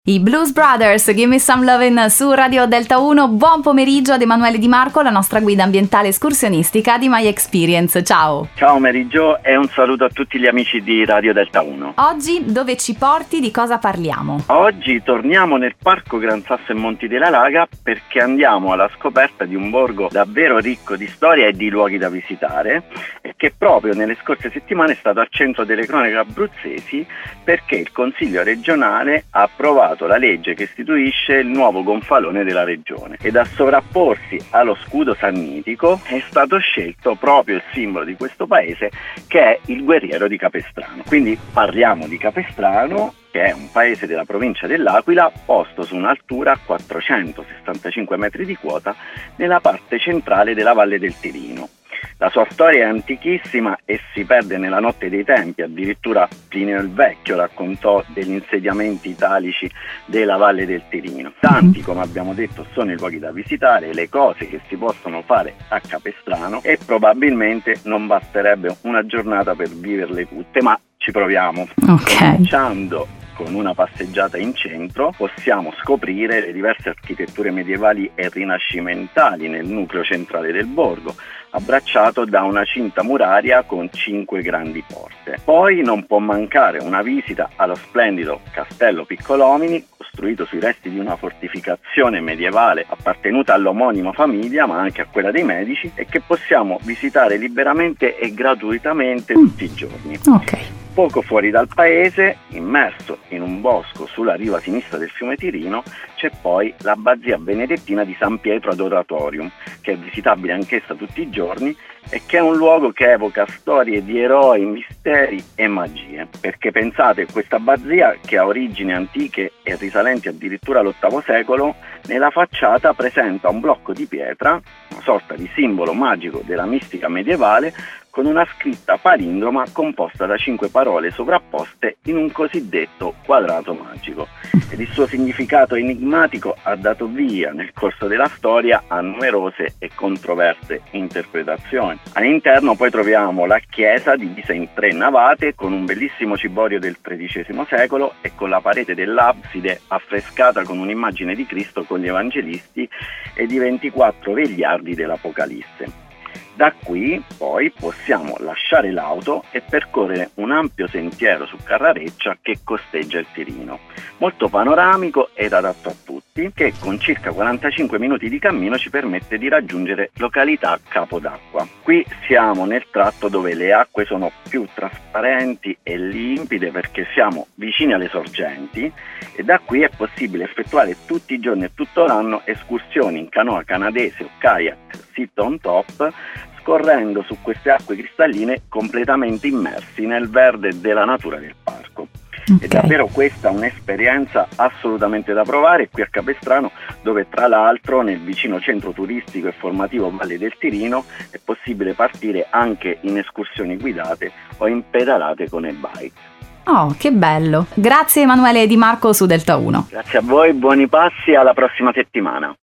I Blues Brothers, Give Me Some Lovin' su Radio Delta 1. Buon pomeriggio ad Emanuele Di Marco, la nostra guida ambientale escursionistica di My Experience. Ciao. Ciao Mary Jo e un saluto a tutti gli amici di Radio Delta 1. Oggi dove ci porti, di cosa parliamo? Oggi torniamo nel Parco Gran Sasso e Monti della Laga perché andiamo alla scoperta di un borgo davvero ricco di storia e di luoghi da visitare e che proprio nelle scorse settimane è stato al centro delle cronache abruzzesi perché il Consiglio regionale ha approvato la legge che istituisce il nuovo gonfalone della regione ed a sovrapporsi allo scudo sannitico è stato scelto proprio il simbolo di questo paese, che è il Guerriero di Capestrano. Quindi parliamo di Capestrano, che è un paese della provincia dell'Aquila posto su un'altura a 465 metri di quota nella parte centrale della Valle del Tirino. La sua storia è antichissima e si perde nella notte dei tempi, addirittura Plinio il Vecchio raccontò degli insediamenti italici della Valle del Tirino. Tanti, come abbiamo detto, sono i luoghi da visitare, le cose che si possono fare a Capestrano e probabilmente non basterebbe una giornata per viverle tutte, ma ci proviamo. Cominciando con una passeggiata in centro possiamo scoprire le diverse architetture medievali e rinascimentali nel nucleo centrale del borgo, abbracciato da una cinta muraria con 5 grandi porte. Poi non può mancare una visita allo splendido Castello Piccolomini, costruito sui resti di una fortificazione medievale appartenuta all'omonima famiglia, ma anche a quella dei Medici, e che possiamo visitare liberamente e gratuitamente tutti i giorni. Poco fuori dal paese, immerso in un bosco sulla riva sinistra del fiume Tirino, c'è poi l'abbazia benedettina di San Pietro ad Oratorium, che è visitabile anch'essa tutti i giorni e che è un luogo che evoca storie di eroi, misteri e magie. Perché pensate, questa abbazia, che ha origini antiche e risalenti addirittura all'VIII secolo, nella facciata presenta un blocco di pietra, una sorta di simbolo magico della mistica medievale, con una scritta palindroma composta da 5 parole sovrapposte in un cosiddetto quadrato magico. Ed il suo significato enigmatico ha dato via nel corso della storia a numerose e controverse interpretazioni. All'interno poi troviamo la chiesa divisa in 3 navate con un bellissimo ciborio del XIII secolo e con la parete dell'abside affrescata con un'immagine di Cristo con gli evangelisti e di 24 vegliardi dell'Apocalisse. Da qui poi possiamo lasciare l'auto e percorrere un ampio sentiero su Carrareccia che costeggia il Tirino, molto panoramico ed adatto a tutti, che con circa 45 minuti di cammino ci permette di raggiungere località Capodacqua. Qui siamo nel tratto dove le acque sono più trasparenti e limpide perché siamo vicini alle sorgenti e da qui è possibile effettuare tutti i giorni e tutto l'anno escursioni in canoa canadese o kayak sit on top, scorrendo su queste acque cristalline completamente immersi nel verde della natura del parco. È davvero questa un'esperienza assolutamente da provare qui a Capestrano, dove tra l'altro nel vicino centro turistico e formativo Valle del Tirino è possibile partire anche in escursioni guidate o in pedalate con e-bike. Oh, che bello! Grazie Emanuele Di Marco su Delta 1. Grazie a voi, buoni passi, alla prossima settimana.